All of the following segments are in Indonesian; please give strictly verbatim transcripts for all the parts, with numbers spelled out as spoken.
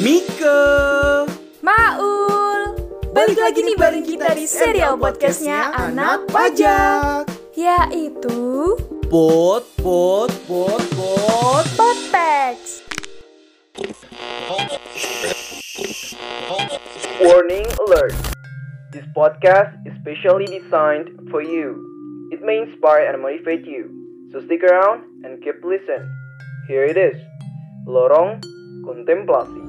Mika, Maul, balik lagi nih bareng kita di serial podcastnya Anak Pajak, yaitu Pot, Pot, Pot, Pot. Podpex. Warning alert. This podcast is specially designed for you. It may inspire and motivate you. So stick around and keep listen. Here it is. Lorong Kontemplasi.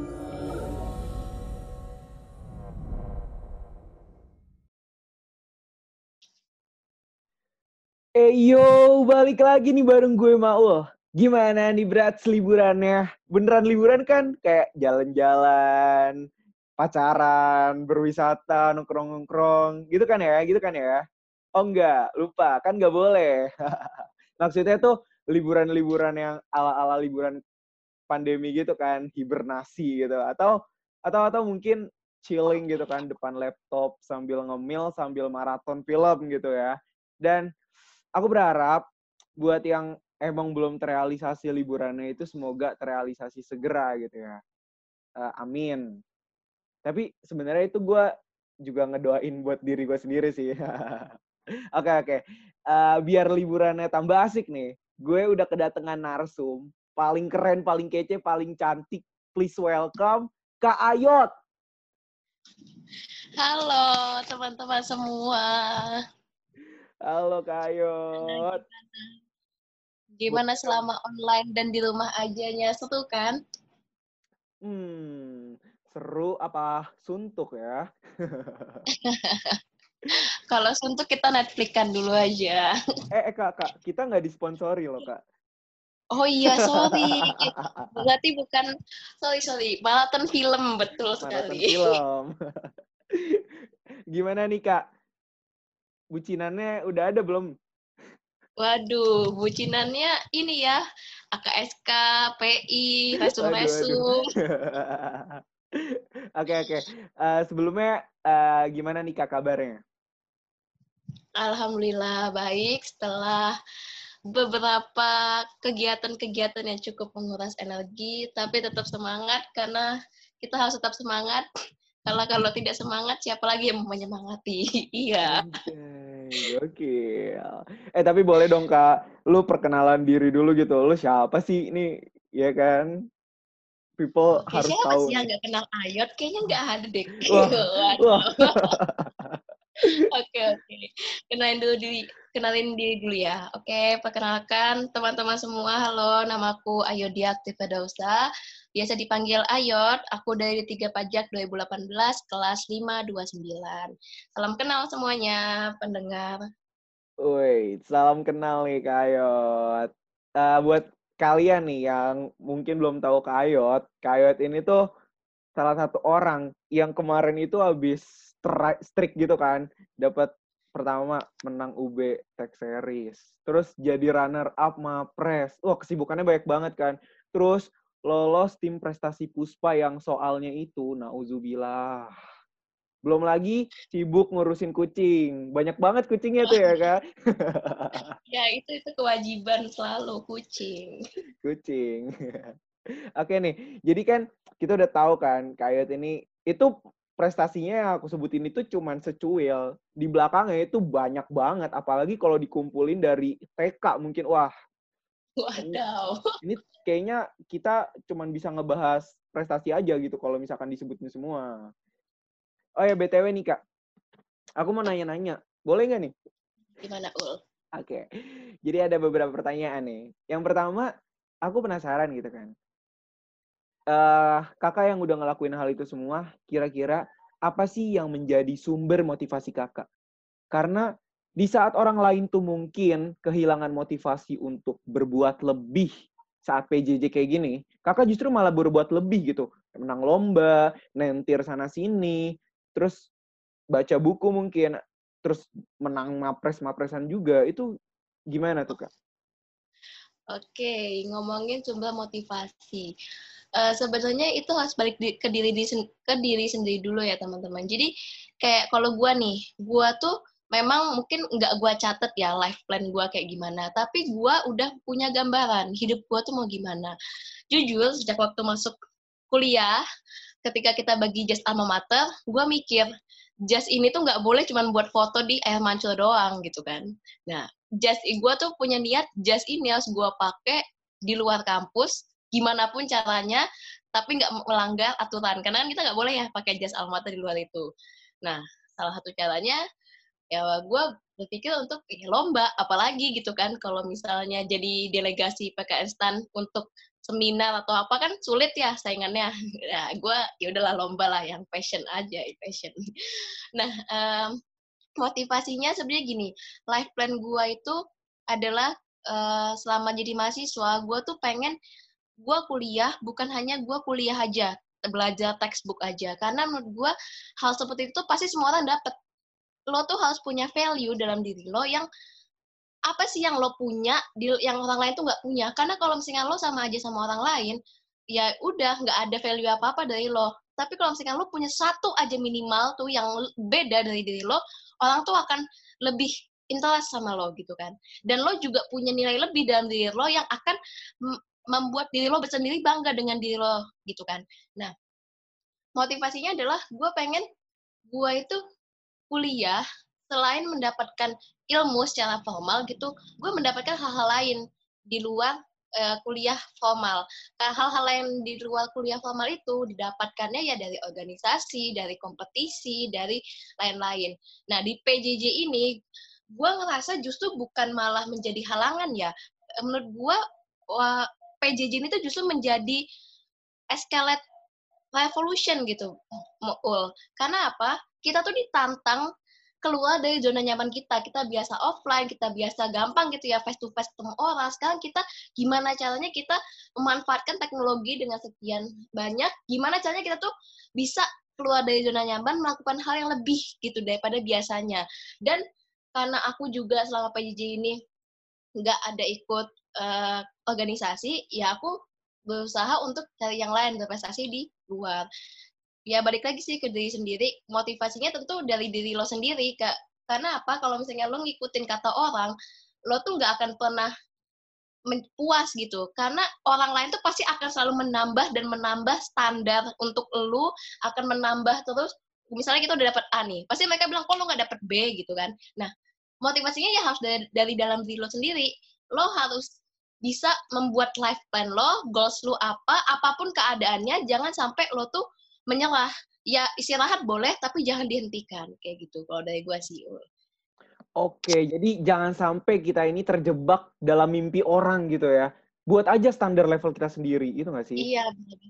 Eh yo, balik lagi nih bareng gue Maul. Gimana nih berat liburannya? Beneran liburan kan? Kayak jalan-jalan, pacaran, berwisata, nongkrong-nongkrong. Gitu kan ya? Gitu kan ya? Oh enggak, lupa. Kan nggak boleh. Maksudnya tuh liburan-liburan yang ala-ala liburan pandemi gitu kan. Hibernasi gitu. Atau atau atau mungkin chilling gitu kan. Depan laptop sambil ngemil, sambil maraton film gitu ya. Dan aku berharap buat yang emang belum terrealisasi liburannya itu semoga terrealisasi segera gitu ya. Uh, amin. Tapi sebenarnya itu gue juga ngedoain buat diri gue sendiri sih. Oke oke. Uh, biar liburannya tambah asik nih. Gue udah kedatangan narsum. Paling keren, paling kece, paling cantik. Please welcome Kak Ayot. Halo teman-teman semua. Halo Kak Ayot. Gimana selama online dan di rumah ajanya, seru kan? Hmm, seru apa suntuk ya? Kalau suntuk kita Netflix-kan dulu aja. eh, eh kak, kak, kita nggak disponsori loh kak. Oh iya, sorry. Berarti bukan, sorry, sorry. Maraton film, betul Maraton sekali. film. Gimana nih kak? Bucinannya udah ada belum? Waduh, bucinannya ini ya, A K S K, P I, resum-resum. Oke, oke. Uh, sebelumnya, uh, gimana nih kak kabarnya? Alhamdulillah baik setelah beberapa kegiatan-kegiatan yang cukup menguras energi, tapi tetap semangat karena kita harus tetap semangat. Kalau kalau tidak semangat, siapa lagi yang mau menyemangati? Iya. Oke, oke. Eh tapi boleh dong kak, lu perkenalan diri dulu gitu. Lu siapa sih ini, ya kan? People Oke, harus siapa tahu. sih yang nggak kenal Ayot? Kayaknya nggak ada deh. Wah, wah. Oke, oke. Kenalin dulu diri, kenalin diri dulu ya. Oke, perkenalkan teman-teman semua. Halo, namaku Ayodia Aktiva Dausa. Biasa dipanggil Ayot. Aku dari Tiga Pajak dua ribu delapan belas, kelas lima dua puluh sembilan. Salam kenal semuanya, pendengar. Woi, salam kenal nih Kak Ayot. Uh, buat kalian nih yang mungkin belum tahu Kak Ayot, Kak Ayot ini tuh salah satu orang yang kemarin itu habis strik gitu kan, dapat pertama menang U B Tech Series, terus jadi runner up Mapres. Wah, kesibukannya banyak banget kan. Terus lolos tim prestasi Puspa yang soalnya itu, nauzubillah. Belum lagi sibuk ngurusin kucing. Banyak banget kucingnya tuh ya, Kak. Ya, itu itu kewajiban selalu kucing. Kucing. Oke nih, jadi kan kita udah tahu kan, Kak Ayot ini, itu prestasinya yang aku sebutin itu cuman secuil. Di belakangnya itu banyak banget, apalagi kalau dikumpulin dari T K mungkin, wah. Wadaw. Ini, ini kayaknya kita cuman bisa ngebahas prestasi aja gitu kalau misalkan disebutin semua. Oh ya, B T W nih Kak, aku mau nanya-nanya. Boleh nggak nih? Gimana, Ul? Oke, jadi ada beberapa pertanyaan nih. Yang pertama, aku penasaran gitu kan. Uh, kakak yang udah ngelakuin hal itu semua, kira-kira apa sih yang menjadi sumber motivasi kakak? Karena di saat orang lain tuh mungkin kehilangan motivasi untuk berbuat lebih saat P J J kayak gini, kakak justru malah berbuat lebih gitu. Menang lomba, nentir sana-sini, terus baca buku mungkin, terus menang mapres-mapresan juga. Itu gimana tuh, Kak? Oke, ngomongin sumber motivasi. Uh, sebenarnya itu harus balik di, ke diri di, ke diri sendiri dulu ya teman-teman. Jadi kayak kalau gue nih, gue tuh memang mungkin nggak gue catet ya life plan gue kayak gimana, tapi gue udah punya gambaran hidup gue tuh mau gimana. Jujur sejak waktu masuk kuliah, ketika kita bagi jas alma mater, gue mikir, jas ini tuh nggak boleh cuma buat foto di air mancur doang gitu kan. Nah, jas gue tuh punya niat, jas ini harus gue pakai di luar kampus, gimana pun caranya, tapi nggak melanggar aturan. Karena kan kita nggak boleh ya pakai jas alma mater di luar itu. Nah, salah satu caranya, ya gue berpikir untuk ya, lomba, apalagi gitu kan, kalau misalnya jadi delegasi P K N STAN untuk seminar atau apa kan sulit ya saingannya. Ya gue ya udahlah lomba lah yang passion aja, passion. Nah, um, motivasinya sebenarnya gini, life plan gue itu adalah uh, selama jadi mahasiswa, gue tuh pengen gue kuliah bukan hanya gue kuliah aja, belajar textbook aja. Karena menurut gue hal seperti itu pasti semua orang dapet. Lo tuh harus punya value dalam diri lo yang apa sih yang lo punya, yang orang lain tuh nggak punya. Karena kalau misalnya lo sama aja sama orang lain, ya udah nggak ada value apa-apa dari lo. Tapi kalau misalnya lo punya satu aja minimal tuh yang beda dari diri lo, orang tuh akan lebih interest sama lo gitu kan. Dan lo juga punya nilai lebih dalam diri lo yang akan membuat diri lo sendiri bangga dengan diri lo gitu kan. Nah, motivasinya adalah gue pengen gue itu kuliah, selain mendapatkan ilmu secara formal gitu, gue mendapatkan hal-hal lain di luar uh, kuliah formal. Karena hal-hal lain di luar kuliah formal itu didapatkannya ya dari organisasi, dari kompetisi, dari lain-lain. Nah, di P J J ini, gue ngerasa justru bukan malah menjadi halangan ya. Menurut gue, wah, P J J ini tuh justru menjadi escalate revolution gitu, Ul. Karena apa? Kita tuh ditantang keluar dari zona nyaman kita. Kita biasa offline, kita biasa gampang gitu ya, face to face ketemu orang. Sekarang kita gimana caranya kita memanfaatkan teknologi dengan sekian banyak, gimana caranya kita tuh bisa keluar dari zona nyaman, melakukan hal yang lebih gitu daripada biasanya. Dan karena aku juga selama P J J ini nggak ada ikut uh, organisasi, ya aku berusaha untuk cari yang lain, berprestasi di luar. Ya balik lagi sih ke diri sendiri, motivasinya tentu dari diri lo sendiri, Kak. Karena apa? Kalau misalnya lo ngikutin kata orang, lo tuh nggak akan pernah puas gitu. Karena orang lain tuh pasti akan selalu menambah dan menambah standar untuk lo, akan menambah terus. Misalnya kita udah dapat A nih, pasti mereka bilang, kok lo nggak dapat B gitu kan. Nah, motivasinya ya harus dari, dari dalam diri lo sendiri. Lo harus bisa membuat life plan lo, goals lo apa, apapun keadaannya, jangan sampai lo tuh menyerah. Ya istirahat boleh, tapi jangan dihentikan. Kayak gitu kalau dari gue sih. Oke, jadi jangan sampai kita ini terjebak dalam mimpi orang gitu ya. Buat aja standar level kita sendiri, itu nggak sih? Iya,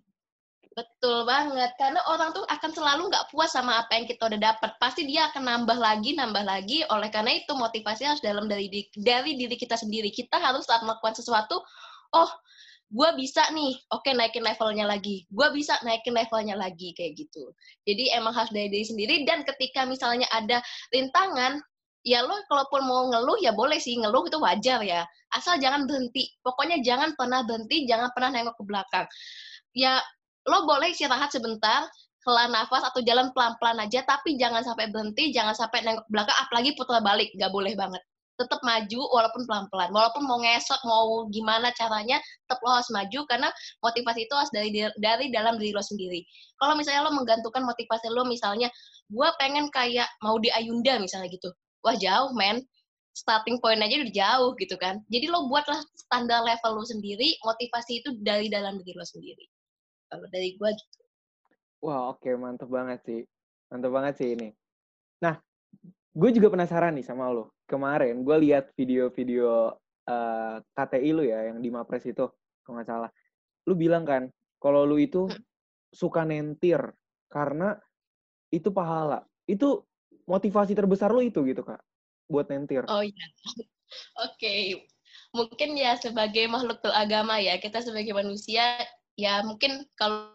betul banget. Karena orang tuh akan selalu nggak puas sama apa yang kita udah dapat. Pasti dia akan nambah lagi, nambah lagi. Oleh karena itu motivasi harus dalam dari diri, dari diri kita sendiri. Kita harus saat melakukan sesuatu, oh, gue bisa nih, oke naikin levelnya lagi. Gue bisa naikin levelnya lagi, kayak gitu. Jadi emang harus dari diri sendiri, dan ketika misalnya ada rintangan, ya lo kalaupun mau ngeluh, ya boleh sih, ngeluh itu wajar ya. Asal jangan berhenti. Pokoknya jangan pernah berhenti, jangan pernah nengok ke belakang. Ya, lo boleh istirahat sebentar, hela nafas, atau jalan pelan-pelan aja, tapi jangan sampai berhenti, jangan sampai nengok ke belakang, apalagi putar balik, gak boleh banget. Tetap maju walaupun pelan-pelan. Walaupun mau ngesot, mau gimana caranya, tetap lo harus maju, karena motivasi itu harus dari dari dalam diri lo sendiri. Kalau misalnya lo menggantungkan motivasi lo, misalnya, gue pengen kayak Maudy Ayunda misalnya gitu. Wah jauh, men. Starting point aja udah jauh gitu kan. Jadi lo buatlah standar level lo sendiri, motivasi itu dari dalam diri lo sendiri. Kalau dari gue gitu. Wah, oke. Okay. Mantep banget sih. Mantep banget sih ini. Nah, gue juga penasaran nih sama lo. Kemarin gue lihat video-video uh, K T I lu ya, yang di Mapres itu, kalau nggak salah. Lu bilang kan, kalau lu itu hmm. suka nentir, karena itu pahala. Itu motivasi terbesar lu itu gitu, Kak, buat nentir. Oh iya. Oke. Okay. Mungkin ya sebagai makhluk beragama ya, kita sebagai manusia, ya mungkin kalau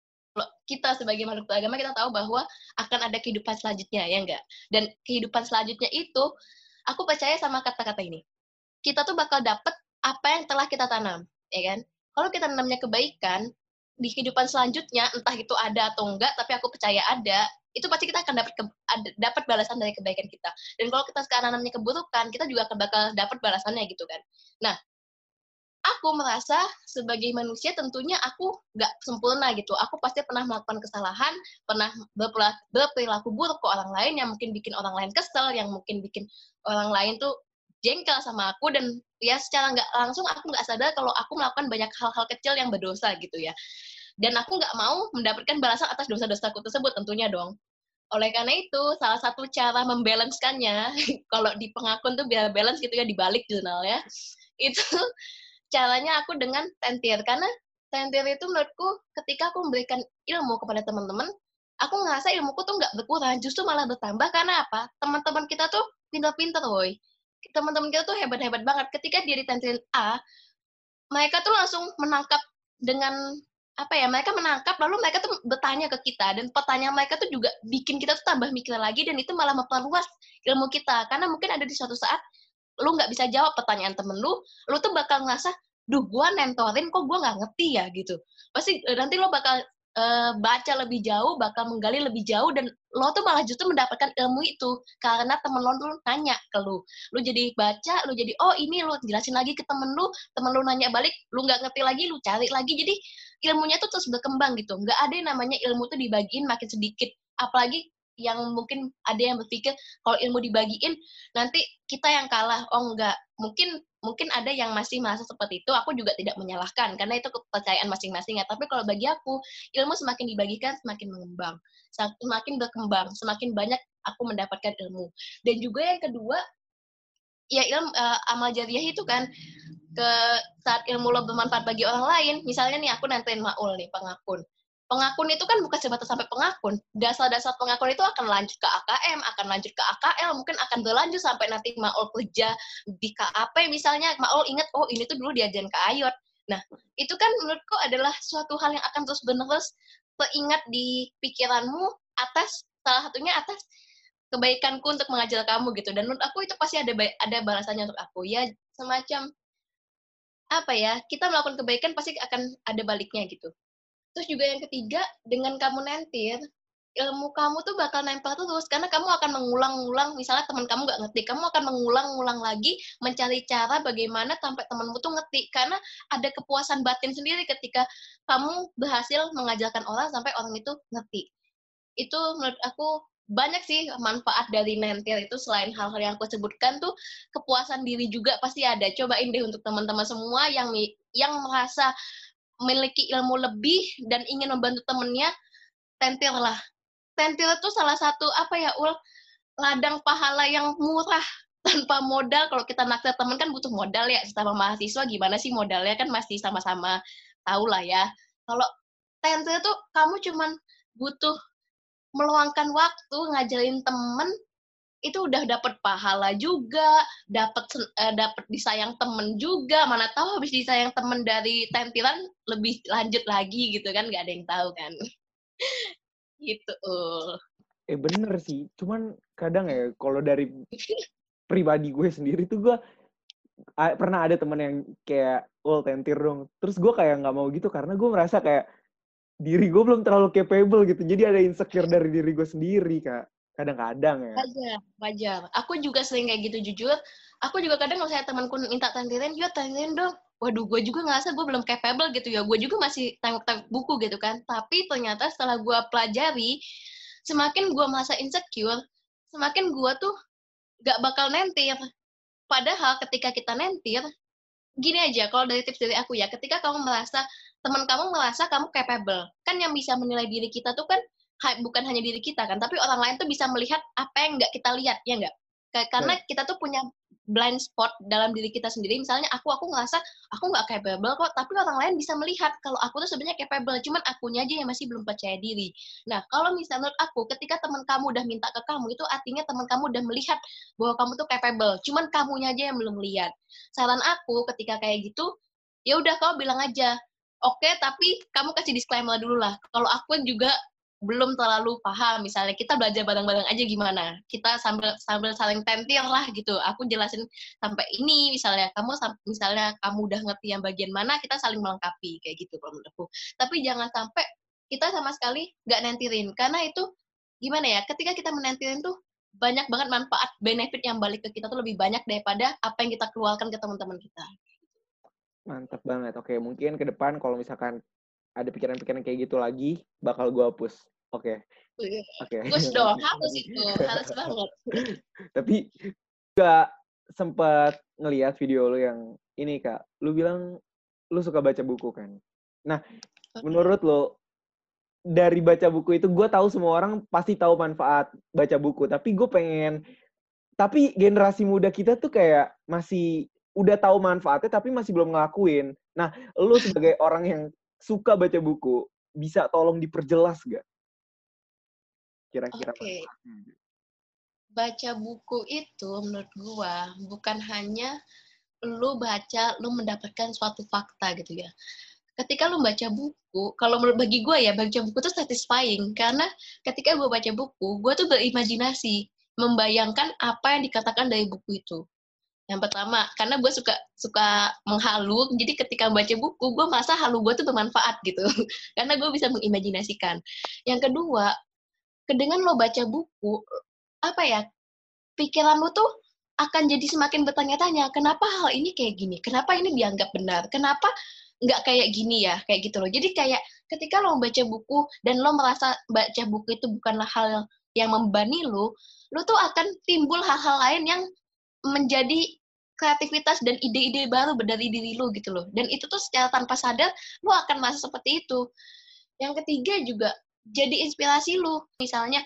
kita sebagai makhluk beragama, kita tahu bahwa akan ada kehidupan selanjutnya, ya enggak? Dan kehidupan selanjutnya itu, aku percaya sama kata-kata ini. Kita tuh bakal dapet apa yang telah kita tanam, ya kan? Kalau kita tanamnya kebaikan, di kehidupan selanjutnya, entah itu ada atau enggak, tapi aku percaya ada, itu pasti kita akan dapat ke, dapat balasan dari kebaikan kita. Dan kalau kita sekarang nanamnya keburukan, kita juga akan bakal dapat balasannya gitu kan. Nah, aku merasa sebagai manusia tentunya aku nggak sempurna gitu. Aku pasti pernah melakukan kesalahan, pernah berperilaku, berperilaku buruk ke orang lain yang mungkin bikin orang lain kesel, yang mungkin bikin orang lain tuh jengkel sama aku, dan ya secara nggak langsung aku nggak sadar kalau aku melakukan banyak hal-hal kecil yang berdosa gitu ya. Dan aku nggak mau mendapatkan balasan atas dosa-dosaku tersebut tentunya dong. Oleh karena itu, salah satu cara membalancekannya, kalau di pengakun tuh biar balance gitu ya, dibalik jurnalnya, itu caranya aku dengan tentir. Karena tentir itu menurutku ketika aku memberikan ilmu kepada teman-teman, aku ngerasa ilmuku tuh nggak berkurang, justru malah bertambah. Karena apa? Teman-teman kita tuh pintar-pintar, woy. Teman-teman kita tuh hebat-hebat banget. Ketika dia ditentilin A, mereka tuh langsung menangkap dengan apa ya, mereka menangkap lalu mereka tuh bertanya ke kita, dan pertanyaan mereka tuh juga bikin kita tuh tambah mikir lagi, dan itu malah memperluas ilmu kita. Karena mungkin ada di suatu saat lu nggak bisa jawab pertanyaan temen lu, lu tuh bakal ngerasa, duh gua nentorin kok gua nggak ngerti ya gitu. Pasti eh, nanti lo bakal eh, baca lebih jauh, bakal menggali lebih jauh, dan lo tuh malah justru mendapatkan ilmu itu karena temen lo tuh nanya ke lu. Lu jadi baca, lu jadi oh ini, lu jelasin lagi ke temen lu, temen lu nanya balik, lu nggak ngerti lagi, lu cari lagi. Jadi ilmunya tuh terus berkembang gitu. Nggak ada yang namanya ilmu tuh dibagiin makin sedikit. Apalagi yang mungkin ada yang berpikir kalau ilmu dibagiin nanti kita yang kalah. Oh enggak, mungkin mungkin ada yang masih merasa seperti itu. Aku juga tidak menyalahkan karena itu kepercayaan masing-masing ya. Tapi kalau bagi aku, ilmu semakin dibagikan semakin mengembang, semakin berkembang, semakin banyak aku mendapatkan ilmu. Dan juga yang kedua, ya ilmu uh, amal jariah itu kan, ke saat ilmu lo bermanfaat bagi orang lain. Misalnya nih aku nantain Maul nih, pengakun. Pengakun itu kan bukan sebatas sampai pengakun. Dasar-dasar pengakun itu akan lanjut ke A K M, akan lanjut ke A K L, mungkin akan berlanjut sampai nanti Maul kerja di K A P misalnya. Maul ingat, oh ini tuh dulu diajarin ke Ayot. Nah, itu kan menurutku adalah suatu hal yang akan terus menerus teringat di pikiranmu atas, salah satunya atas kebaikanku untuk mengajar kamu gitu. Dan menurut aku itu pasti ada ada balasannya untuk aku. Ya semacam apa ya, kita melakukan kebaikan pasti akan ada baliknya gitu. Terus juga yang ketiga, dengan kamu nentir, ilmu kamu tuh bakal nempel terus, karena kamu akan mengulang-ulang, misalnya teman kamu nggak ngerti, kamu akan mengulang-ulang lagi, mencari cara bagaimana sampai temanmu tuh ngerti, karena ada kepuasan batin sendiri ketika kamu berhasil mengajarkan orang sampai orang itu ngerti. Itu menurut aku banyak sih manfaat dari nentir itu. Selain hal-hal yang aku sebutkan tuh, kepuasan diri juga pasti ada. Cobain deh untuk teman-teman semua yang yang merasa memiliki ilmu lebih dan ingin membantu temennya, tentir lah. Tentir itu salah satu apa ya, Ul, ladang pahala yang murah tanpa modal. Kalau kita naksir temen kan butuh modal ya, sama mahasiswa gimana sih modalnya, kan masih sama-sama tahu lah ya. Kalau tentir tuh kamu cuman butuh meluangkan waktu ngajarin temen, itu udah dapat pahala juga, dapat uh, dapat disayang temen juga. Mana tahu habis disayang temen dari tentiran lebih lanjut lagi gitu kan, nggak ada yang tahu kan. Gitu. Uh. Eh bener sih, cuman kadang ya kalau dari pribadi gue sendiri tuh gue a, pernah ada temen yang kayak, oh tentir dong. Terus gue kayak nggak mau gitu karena gue merasa kayak diri gue belum terlalu capable gitu. Jadi ada insecure dari diri gue sendiri, Kak. Kadang-kadang ya. Wajar, wajar. Aku juga sering kayak gitu, jujur. Aku juga kadang kalau saya temanku minta tentirin, yuk tentirin dong. Waduh, gue juga ngerasa gue belum capable gitu ya. Gue juga masih tengok-tengok buku gitu kan. Tapi ternyata setelah gue pelajari, semakin gue merasa insecure, semakin gue tuh gak bakal nentir. Padahal ketika kita nentir, gini aja, kalau dari tips dari aku ya, ketika kamu merasa, teman kamu merasa kamu capable, kan yang bisa menilai diri kita tuh kan bukan hanya diri kita kan, tapi orang lain tuh bisa melihat apa yang nggak kita lihat, ya nggak? Karena kita tuh punya blind spot dalam diri kita sendiri. Misalnya aku, aku ngerasa aku nggak capable kok, tapi orang lain bisa melihat kalau aku tuh sebenarnya capable, cuman akunya aja yang masih belum percaya diri. Nah, kalau misalnya menurut aku, ketika teman kamu udah minta ke kamu, itu artinya teman kamu udah melihat bahwa kamu tuh capable, cuman kamunya aja yang belum lihat. Saran aku ketika kayak gitu, ya udah kamu bilang aja, oke, okay, tapi kamu kasih disclaimer dulu lah. Kalau aku juga belum terlalu paham, misalnya kita belajar bareng-bareng aja gimana, kita sambil sambil saling tentir lah gitu. Aku jelasin sampai ini, misalnya kamu misalnya kamu udah ngerti yang bagian mana, kita saling melengkapi kayak gitu kalau menurutku. Tapi jangan sampai kita sama sekali nggak nentirin, karena itu gimana ya, ketika kita menentirin tuh banyak banget manfaat, benefit yang balik ke kita tuh lebih banyak daripada apa yang kita keluarkan ke teman-teman kita. Mantap banget. Oke, mungkin ke depan kalau misalkan ada pikiran-pikiran kayak gitu lagi, bakal gue hapus. Oke. Oke. Push dong, harus itu, harus banget. Tapi gak sempat ngelihat video lu yang ini, Kak. Lu bilang lu suka baca buku kan. Nah, menurut lo dari baca buku itu, gue tahu semua orang pasti tahu manfaat baca buku, tapi gue pengen, tapi generasi muda kita tuh kayak masih udah tahu manfaatnya tapi masih belum ngelakuin. Nah, lu sebagai orang yang suka baca buku, bisa tolong diperjelas gak? Kira-kira Oke. manfaatnya. Baca buku itu menurut gua bukan hanya lu baca, lu mendapatkan suatu fakta gitu ya. Ketika lu baca buku, kalau menurut bagi gua ya, baca buku itu satisfying. Karena ketika gua baca buku, gua tuh berimajinasi, membayangkan apa yang dikatakan dari buku itu. Yang pertama, karena gue suka suka menghalu, jadi ketika baca buku, gue merasa halu gue tuh bermanfaat gitu. Karena gue bisa mengimajinasikan. Yang kedua, dengan lo baca buku, apa ya, pikiran lo tuh akan jadi semakin bertanya-tanya, kenapa hal ini kayak gini? Kenapa ini dianggap benar? Kenapa nggak kayak gini ya? Kayak gitu loh. Jadi kayak ketika lo baca buku dan lo merasa baca buku itu bukanlah hal yang membebani lo, lo tuh akan timbul hal-hal lain yang menjadi kreativitas dan ide-ide baru dari diri lo gitu loh. Dan itu tuh secara tanpa sadar, lo akan merasa seperti itu. Yang ketiga juga, jadi inspirasi lo. Misalnya,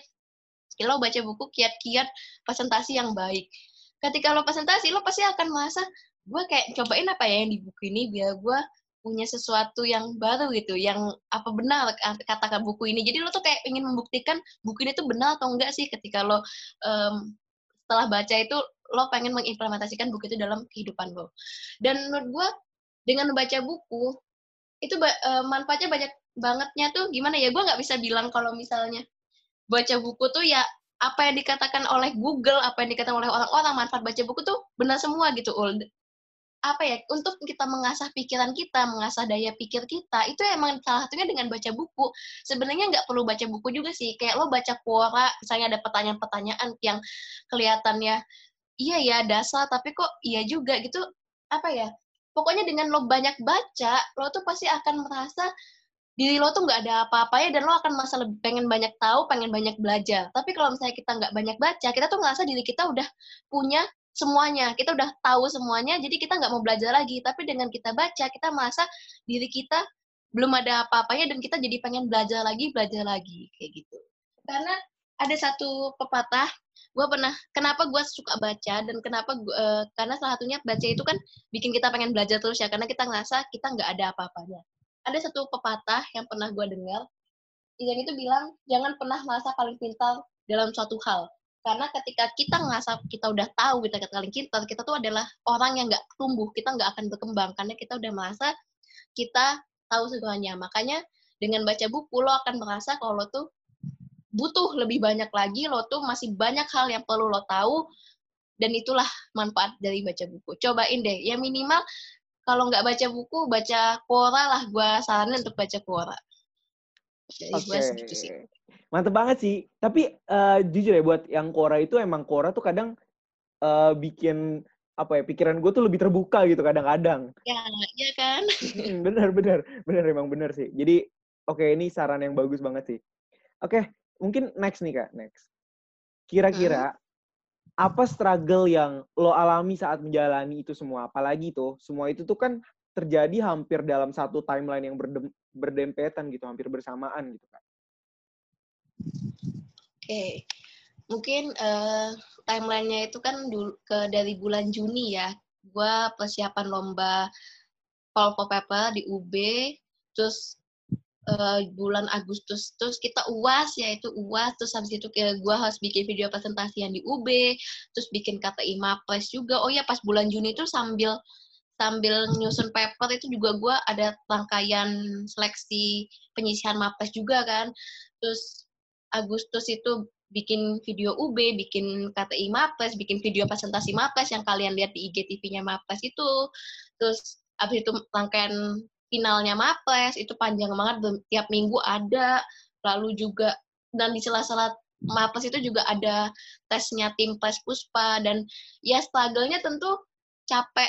lo baca buku kiat-kiat presentasi yang baik. Ketika lo presentasi, lo pasti akan merasa, gue kayak cobain apa ya yang di buku ini, biar gue punya sesuatu yang baru gitu, yang apa benar kata buku ini. Jadi lo tuh kayak ingin membuktikan buku ini tuh benar atau enggak sih ketika lo um, setelah baca itu, lo pengen mengimplementasikan buku itu dalam kehidupan lo. Dan menurut gue, dengan membaca buku, itu uh, manfaatnya banyak bangetnya tuh gimana ya, gue nggak bisa bilang kalau misalnya baca buku tuh ya apa yang dikatakan oleh Google, apa yang dikatakan oleh orang-orang, manfaat baca buku tuh benar semua gitu, Ul. Apa ya, untuk kita mengasah pikiran kita, mengasah daya pikir kita, itu emang salah satunya dengan baca buku. Sebenarnya nggak perlu baca buku juga sih, kayak lo baca Quora, misalnya ada pertanyaan-pertanyaan yang kelihatannya iya ya dasar, tapi kok iya juga gitu, apa ya, pokoknya dengan lo banyak baca, lo tuh pasti akan merasa diri lo tuh nggak ada apa-apanya dan lo akan merasa lebih pengen banyak tahu, pengen banyak belajar. Tapi kalau misalnya kita nggak banyak baca, kita tuh ngerasa diri kita udah punya semuanya, kita udah tahu semuanya, jadi kita nggak mau belajar lagi. Tapi dengan kita baca, kita merasa diri kita belum ada apa-apanya dan kita jadi pengen belajar lagi, belajar lagi, kayak gitu. Karena ada satu pepatah, gue pernah, kenapa gue suka baca dan kenapa gue, uh, karena salah satunya baca itu kan bikin kita pengen belajar terus ya, karena kita ngerasa kita nggak ada apa-apanya. Ada satu pepatah yang pernah gue dengar, yang itu bilang, jangan pernah merasa paling pintar dalam suatu hal. Karena ketika kita ngerasa kita udah tahu, kita paling pintar, kita tuh adalah orang yang nggak tumbuh, kita nggak akan berkembang, karena kita udah merasa kita tahu semuanya. Makanya dengan baca buku, lo akan merasa kalau lo tuh butuh lebih banyak lagi, lo tuh masih banyak hal yang perlu lo tahu, dan itulah manfaat dari baca buku. Cobain deh, ya minimal kalau nggak baca buku, baca Quora lah, gue saranin untuk baca Quora. Jadi Oke. gue segitu sih. Mantep banget sih. Tapi uh, jujur ya, buat yang Quora itu emang Quora tuh kadang uh, bikin apa ya, pikiran gue tuh lebih terbuka gitu kadang-kadang. Ya, ya kan? bener, bener. Bener, emang bener sih. Jadi, oke, okay, ini saran yang bagus banget sih. Oke, okay, mungkin next nih Kak, next. Kira-kira, hmm? apa struggle yang lo alami saat menjalani itu semua? Apalagi tuh, semua itu tuh kan terjadi hampir dalam satu timeline yang berdem- berdempetan gitu, hampir bersamaan gitu kan. Oke, okay. Mungkin uh, timelinenya itu kan dulu, ke dari bulan Juni ya. Gue persiapan lomba Call for Paper di U B, terus uh, bulan Agustus, terus kita U A S, yaitu U A S, terus habis itu gue harus bikin video presentasi yang di U B, terus bikin K T I Mapres juga. Oh ya, pas bulan Juni itu sambil sambil nyusun paper itu juga gue ada rangkaian seleksi penyisihan Mapres juga kan. Terus Agustus itu bikin video U B, bikin K T I Mapres, bikin video presentasi Mapres yang kalian lihat di I G T V-nya Mapres itu. Terus habis itu rangkaian finalnya Mapres, itu panjang banget, tiap minggu ada. Lalu juga, dan di sela-sela Mapres itu juga ada tesnya tim Pres Puspa, dan ya struggle-nya tentu capek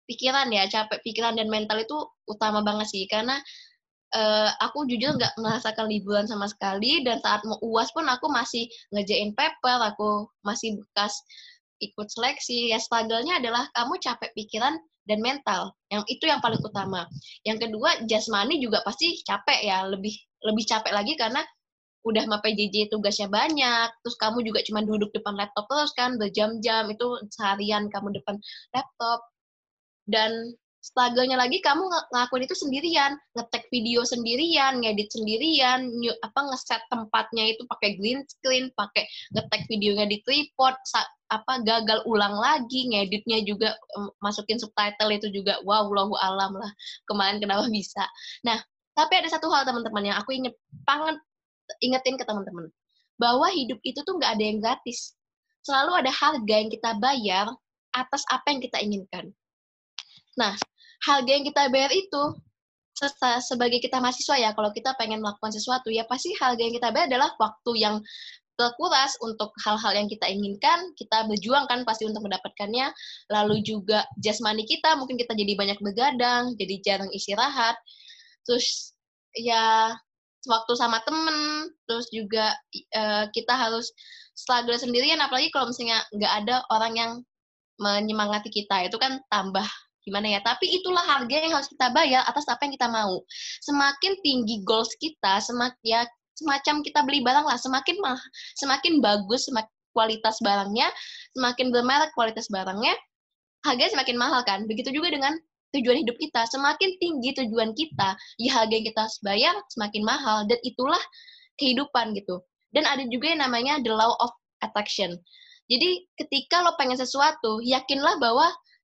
pikiran ya, capek pikiran dan mental itu utama banget sih. Karena uh, aku jujur nggak merasakan liburan sama sekali, dan saat mau U A S pun aku masih ngerjain paper, aku masih bekas ikut seleksi. Ya struggle-nya adalah kamu capek pikiran dan mental. Yang itu yang paling utama. Yang kedua, jasmani juga pasti capek ya, lebih lebih capek lagi karena udah sama P J J tugasnya banyak, terus kamu juga cuma duduk depan laptop terus kan, berjam-jam, itu seharian kamu depan laptop. Dan struggle-nya lagi kamu ng- ngelakuin itu sendirian, nge-tag video sendirian, ngedit sendirian, ny- apa nge-set tempatnya itu pakai green screen, pakai nge-tag videonya di tripod, sa- apa gagal ulang lagi, ngeditnya juga em, masukin subtitle itu juga wow, wallahu alam lah kemarin kenapa bisa. Nah, tapi ada satu hal teman-teman yang aku inget banget, ingetin ke teman-teman, bahwa hidup itu tuh nggak ada yang gratis. Selalu ada harga yang kita bayar atas apa yang kita inginkan. Nah, harga yang kita bayar itu, se- sebagai kita mahasiswa ya, kalau kita pengen melakukan sesuatu, ya pasti harga yang kita bayar adalah waktu yang terkuras untuk hal-hal yang kita inginkan, kita berjuang kan pasti untuk mendapatkannya, lalu juga jasmani kita, mungkin kita jadi banyak begadang, jadi jarang istirahat, terus ya waktu sama temen, terus juga uh, kita harus struggle sendirian, apalagi kalau misalnya nggak ada orang yang menyemangati kita, itu kan tambah gimana ya, tapi itulah harga yang harus kita bayar atas apa yang kita mau. Semakin tinggi goals kita, semakin ya semacam kita beli barang lah, semakin mah semakin bagus, semakin kualitas barangnya, semakin bermerek kualitas barangnya, harganya semakin mahal kan. Begitu juga dengan tujuan hidup kita, semakin tinggi tujuan kita, ya harga yang kita harus bayar semakin mahal, dan itulah kehidupan gitu. Dan ada juga yang namanya the law of attraction. Jadi ketika lo pengen sesuatu, yakinlah bahwa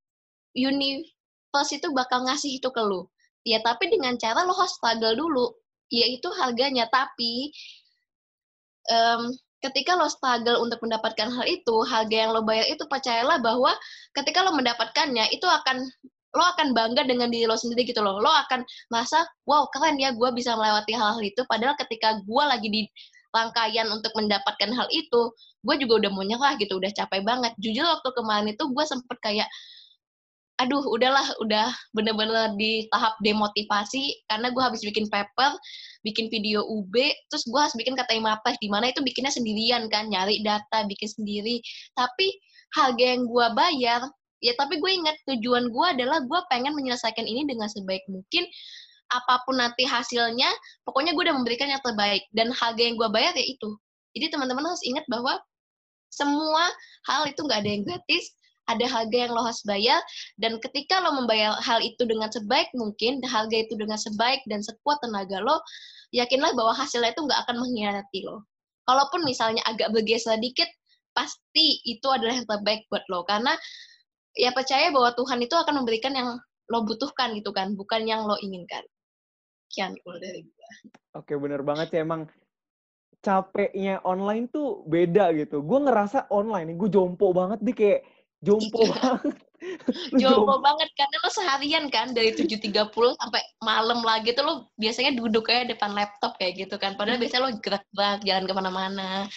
universe itu bakal ngasih itu ke lo. Ya tapi dengan cara lo harus struggle dulu, yaitu harganya. Tapi um, ketika lo struggle untuk mendapatkan hal itu, harga yang lo bayar itu, percayalah bahwa ketika lo mendapatkannya, itu akan lo akan bangga dengan diri lo sendiri gitu loh. Lo akan merasa, wow keren ya gue bisa melewati hal-hal itu, padahal ketika gue lagi di rangkaian untuk mendapatkan hal itu, gue juga udah mau nyerah gitu, udah capek banget. Jujur waktu kemarin itu gue sempet kayak, aduh udahlah, udah bener-bener di tahap demotivasi, karena gue habis bikin paper, bikin video U B, terus gue harus bikin K T I Mapres, di mana itu bikinnya sendirian kan, nyari data, bikin sendiri. Tapi harga yang gue bayar, ya tapi gue ingat tujuan gue adalah gue pengen menyelesaikan ini dengan sebaik mungkin, apapun nanti hasilnya, pokoknya gue udah memberikan yang terbaik, dan harga yang gue bayar ya itu. Jadi teman-teman harus ingat bahwa semua hal itu nggak ada yang gratis, ada harga yang lo harus bayar, dan ketika lo membayar hal itu dengan sebaik mungkin, harga itu dengan sebaik dan sekuat tenaga lo, yakinlah bahwa hasilnya itu nggak akan mengkhianati lo. Kalaupun misalnya agak bergeser dikit, pasti itu adalah yang terbaik buat lo, karena ya percaya bahwa Tuhan itu akan memberikan yang lo butuhkan gitu kan, bukan yang lo inginkan. Kian kalau dari gue. Oke, bener banget sih, emang capeknya online tuh beda gitu. Gue ngerasa online, gue jompo banget deh, kayak jompo banget. Lu Jompo jompo banget, karena lo seharian kan, dari tujuh tiga puluh sampai malam lagi tuh lo biasanya duduk kayak depan laptop kayak gitu kan. Padahal biasanya lo gerak-gerak, jalan kemana-mana.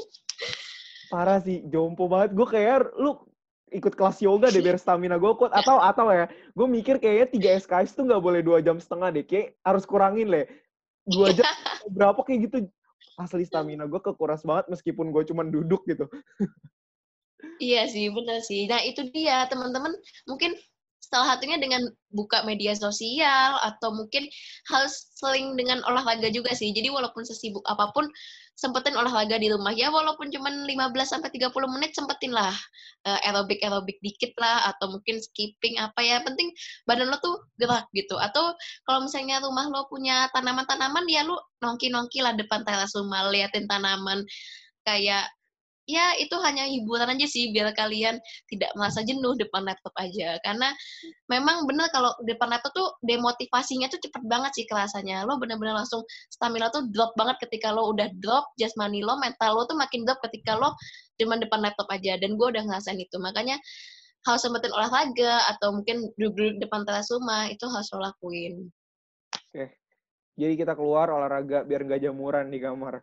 parah sih, jompo banget. Gue kayak lu ikut kelas yoga deh biar stamina gue kuat. Atau atau ya, gue mikir kayaknya tiga S K S tuh nggak boleh dua jam setengah deh. Kayak harus kurangin deh. Dua jam berapa kayak gitu. Asli stamina gue kekuras banget meskipun gue cuma duduk gitu. Iya sih, benar sih. Nah itu dia teman-teman, mungkin salah satunya dengan buka media sosial, atau mungkin harus seling dengan olahraga juga sih. Jadi walaupun sesibuk apapun, sempetin olahraga di rumah. Ya walaupun cuma lima belas sampai tiga puluh menit, sempetin lah. Uh, aerobik-aerobik dikit lah, atau mungkin skipping apa ya. Penting badan lo tuh gerak gitu. Atau kalau misalnya rumah lo punya tanaman-tanaman, ya lo nongki-nongki lah depan teras rumah, liatin tanaman. Kayak ya itu hanya hiburan aja sih, biar kalian tidak merasa jenuh depan laptop aja. Karena memang bener kalau depan laptop tuh demotivasinya tuh cepet banget sih kerasanya. Lo bener-bener langsung stamina tuh drop banget ketika lo udah drop, jasmani lo, mental lo tuh makin drop ketika lo cuma depan laptop aja. Dan gue udah ngerasain itu. Makanya harus sempetin olahraga, atau mungkin duduk depan teras rumah, itu harus lo lakuin. Oke. Jadi kita keluar olahraga biar nggak jamuran di kamar.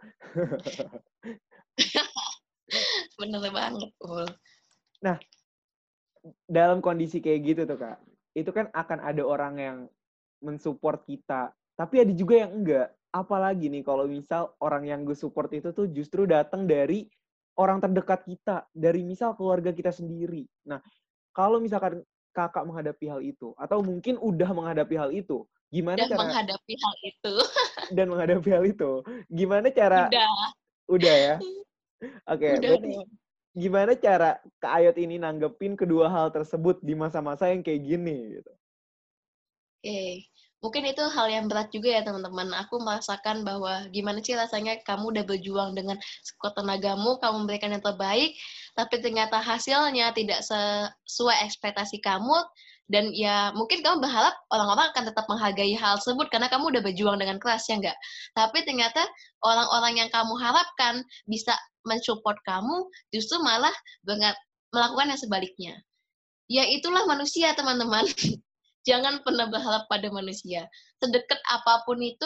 Bener banget, Ul. Nah, dalam kondisi kayak gitu tuh Kak, itu kan akan ada orang yang mensupport kita. Tapi ada juga yang enggak. Apalagi nih kalau misal orang yang gue support itu tuh justru datang dari orang terdekat kita. Dari misal keluarga kita sendiri. Nah, kalau misalkan kakak menghadapi hal itu, atau mungkin udah menghadapi hal itu, gimana Udah cara... menghadapi hal itu. Dan menghadapi hal itu. Gimana cara... Udah. Udah ya? Oke, okay, Udah berarti... dong. Gimana cara Kak Ayot ini nanggepin kedua hal tersebut di masa-masa yang kayak gini gitu? Oke, okay. Mungkin itu hal yang berat juga ya teman-teman. Aku merasakan bahwa gimana sih rasanya kamu udah berjuang dengan sekuat tenagamu, kamu memberikan yang terbaik, tapi ternyata hasilnya tidak sesuai ekspektasi kamu, dan ya mungkin kamu berharap orang-orang akan tetap menghargai hal tersebut karena kamu udah berjuang dengan keras, ya enggak? Tapi ternyata orang-orang yang kamu harapkan bisa mensupport kamu, justru malah banget melakukan yang sebaliknya. Ya itulah manusia, teman-teman. Jangan pernah berharap pada manusia. Sedekat apapun itu,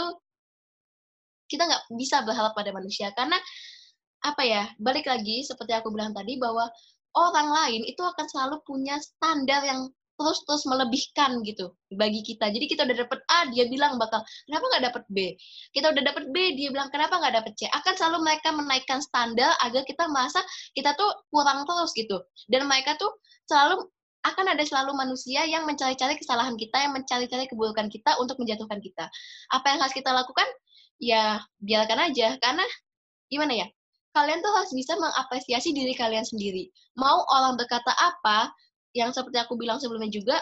kita nggak bisa berharap pada manusia. Karena, apa ya, balik lagi, seperti aku bilang tadi, bahwa orang lain itu akan selalu punya standar yang terus-terus melebihkan gitu bagi kita. Jadi kita udah dapet A, dia bilang bakal, kenapa nggak dapet B? Kita udah dapet B, dia bilang, kenapa nggak dapet C? Akan selalu mereka menaikkan standar agar kita merasa kita tuh kurang terus gitu. Dan mereka tuh selalu akan ada selalu manusia yang mencari-cari kesalahan kita, yang mencari-cari keburukan kita untuk menjatuhkan kita. Apa yang harus kita lakukan? Ya, biarkan aja. Karena, gimana ya, kalian tuh harus bisa mengapresiasi diri kalian sendiri. Mau orang berkata apa, yang seperti aku bilang sebelumnya juga,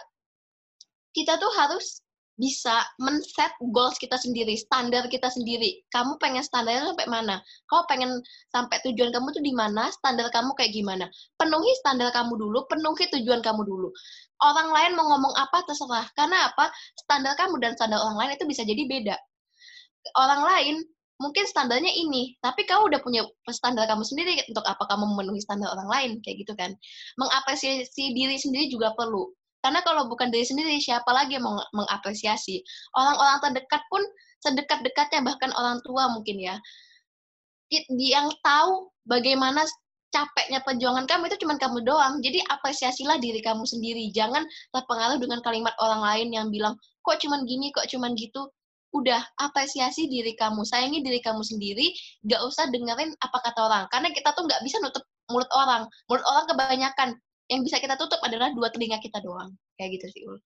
kita tuh harus bisa men-set goals kita sendiri, standar kita sendiri. Kamu pengen standarnya sampai mana? Kamu pengen sampai tujuan kamu tuh di mana? Standar kamu kayak gimana? Penuhi standar kamu dulu, penuhi tujuan kamu dulu. Orang lain mau ngomong apa terserah. Karena apa? Standar kamu dan standar orang lain itu bisa jadi beda. Orang lain mungkin standarnya ini, tapi kamu udah punya standar kamu sendiri, untuk apa kamu memenuhi standar orang lain, kayak gitu kan. Mengapresiasi diri sendiri juga perlu. Karena kalau bukan diri sendiri, siapa lagi yang mau mengapresiasi? Orang-orang terdekat pun, sedekat-dekatnya, bahkan orang tua mungkin ya, yang tahu bagaimana capeknya perjuangan kamu itu cuma kamu doang. Jadi apresiasilah diri kamu sendiri. Jangan terpengaruh dengan kalimat orang lain yang bilang, kok cuman gini, kok cuman gitu. Udah, apresiasi diri kamu. Sayangi diri kamu sendiri. Gak usah dengerin apa kata orang. Karena kita tuh gak bisa nutup mulut orang. Mulut orang kebanyakan. Yang bisa kita tutup adalah dua telinga kita doang. Kayak gitu sih, Ul.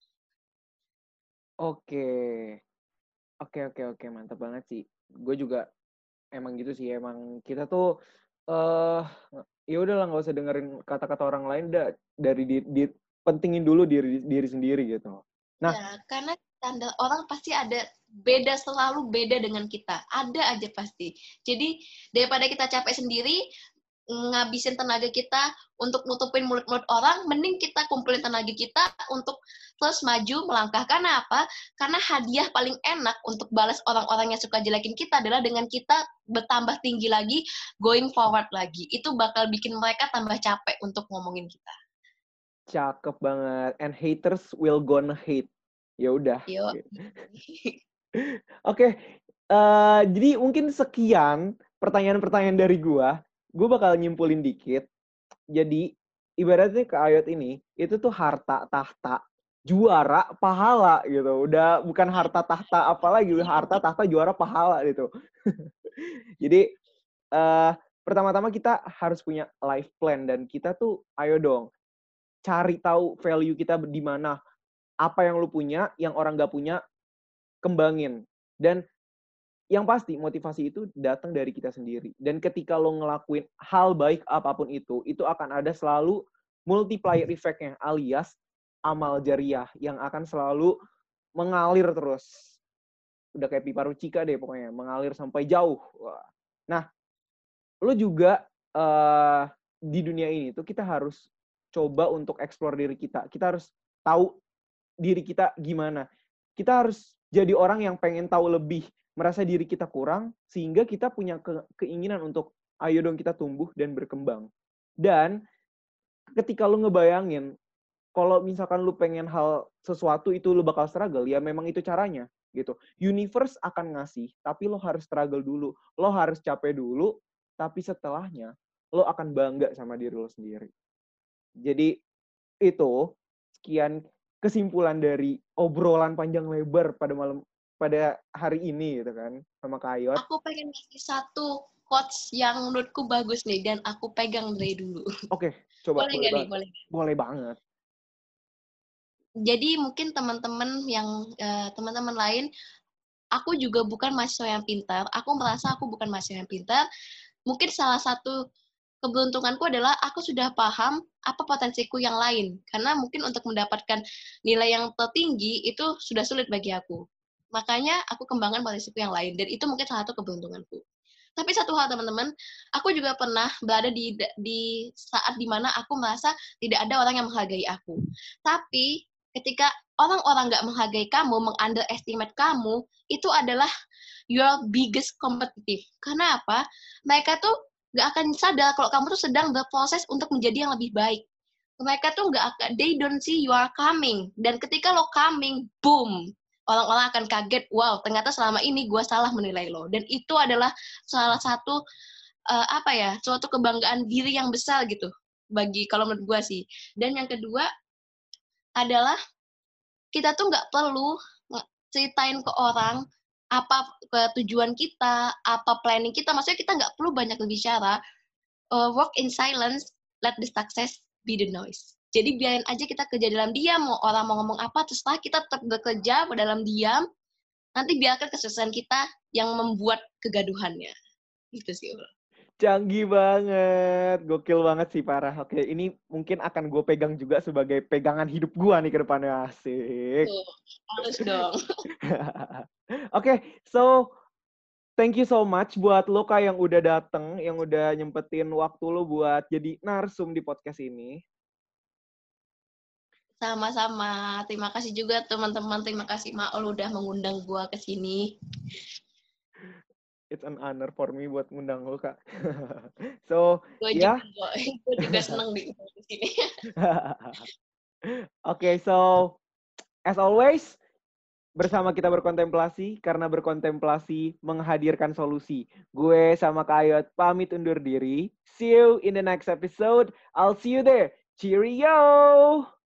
Oke. Oke, oke, oke. Mantap banget sih. Gue juga emang gitu sih. Emang kita tuh eh uh, ya udahlah nggak usah dengerin kata-kata orang lain, dah dari di, di pentingin dulu diri diri sendiri gitu. Nah, ya, karena standar orang pasti ada beda, selalu beda dengan kita. Ada aja pasti. Jadi daripada kita capek sendiri, ngabisin tenaga kita untuk nutupin mulut-mulut orang, mending kita kumpulin tenaga kita untuk terus maju melangkah. Karena apa? Karena hadiah paling enak untuk balas orang-orang yang suka jelekin kita adalah dengan kita bertambah tinggi lagi, going forward lagi. Itu bakal bikin mereka tambah capek untuk ngomongin kita. Cakep banget. And haters will gonna hate. Ya udah. Yo. Oke, uh, jadi mungkin sekian pertanyaan-pertanyaan dari gua. Gue bakal nyimpulin dikit. Jadi, ibaratnya Kak Ayot ini, itu tuh harta, tahta, juara, pahala gitu. Udah bukan harta, tahta apalagi, harta, tahta, juara, pahala gitu. Jadi, uh, pertama-tama kita harus punya life plan. Dan kita tuh, ayo dong, cari tahu value kita di mana. Apa yang lu punya, yang orang gak punya, kembangin. Dan yang pasti motivasi itu datang dari kita sendiri. Dan ketika lo ngelakuin hal baik apapun itu, itu akan ada selalu multiplier effect-nya, alias amal jariah yang akan selalu mengalir terus. Udah kayak pipa rucika deh pokoknya, mengalir sampai jauh. Nah, lo juga uh, di dunia ini tuh kita harus coba untuk explore diri kita. Kita harus tahu diri kita gimana. Kita harus jadi orang yang pengen tahu lebih, merasa diri kita kurang, sehingga kita punya ke- keinginan untuk, ayo dong kita tumbuh dan berkembang. Dan ketika lu ngebayangin, kalau misalkan lu pengen hal sesuatu itu lu bakal struggle, ya memang itu caranya. Gitu. Universe akan ngasih, tapi lo harus struggle dulu. Lo harus capek dulu, tapi setelahnya, lo akan bangga sama diri lo sendiri. Jadi, itu, sekian kesimpulan dari obrolan panjang lebar pada malam pada hari ini gitu kan sama Kak Ayot. Aku pengen ngasih satu quotes yang menurutku bagus nih dan aku pegang dari dulu. Oke, coba Boleh boleh nggak nih? banget. Boleh. Boleh banget. Jadi mungkin teman-teman yang eh, teman-teman lain, aku juga bukan mahasiswa yang pintar. Aku merasa aku bukan mahasiswa yang pintar. Mungkin salah satu keberuntunganku adalah aku sudah paham apa potensiku yang lain. Karena mungkin untuk mendapatkan nilai yang tertinggi itu sudah sulit bagi aku. Makanya aku kembangkan potensiku yang lain. Dan itu mungkin salah satu keberuntunganku. Tapi satu hal teman-teman, aku juga pernah berada di di saat dimana aku merasa tidak ada orang yang menghargai aku. Tapi ketika orang-orang nggak menghargai kamu, meng-underestimate kamu, itu adalah your biggest competitive. Karena apa? Mereka tuh nggak akan sadar kalau kamu tuh sedang berproses untuk menjadi yang lebih baik. Mereka tuh nggak akan, they don't see you are coming. Dan ketika lo coming, boom, orang-orang akan kaget, wow, ternyata selama ini gue salah menilai lo. Dan itu adalah salah satu, uh, apa ya, suatu kebanggaan diri yang besar gitu, bagi, kalau menurut gue sih. Dan yang kedua, adalah kita tuh nggak perlu ceritain ke orang apa tujuan kita, apa planning kita. Maksudnya kita nggak perlu banyak berbicara. Uh, work in silence, let the success be the noise. Jadi biarin aja kita kerja dalam diam, mau orang mau ngomong apa, terserah kita tetap bekerja dalam diam, nanti biarkan kesuksesan kita yang membuat kegaduhannya. Gitu sih, Ul. Canggih banget, gokil banget sih, parah. Oke, ini mungkin akan gue pegang juga sebagai pegangan hidup gue nih ke depannya, asik. Tuh, harus dong. Oke, so thank you so much buat lo Kak yang udah dateng, yang udah nyempetin waktu lo buat jadi narsum di podcast ini. Sama-sama. Terima kasih juga teman-teman. Terima kasih Maul udah mengundang gue ke sini. It's an honor for me buat ngundang lo Kak. So, Gue ya. juga, gue juga seneng di sini. Oke, so as always, bersama kita berkontemplasi, karena berkontemplasi menghadirkan solusi. Gue sama Kak Ayot pamit undur diri. See you in the next episode. I'll see you there. Cheerio!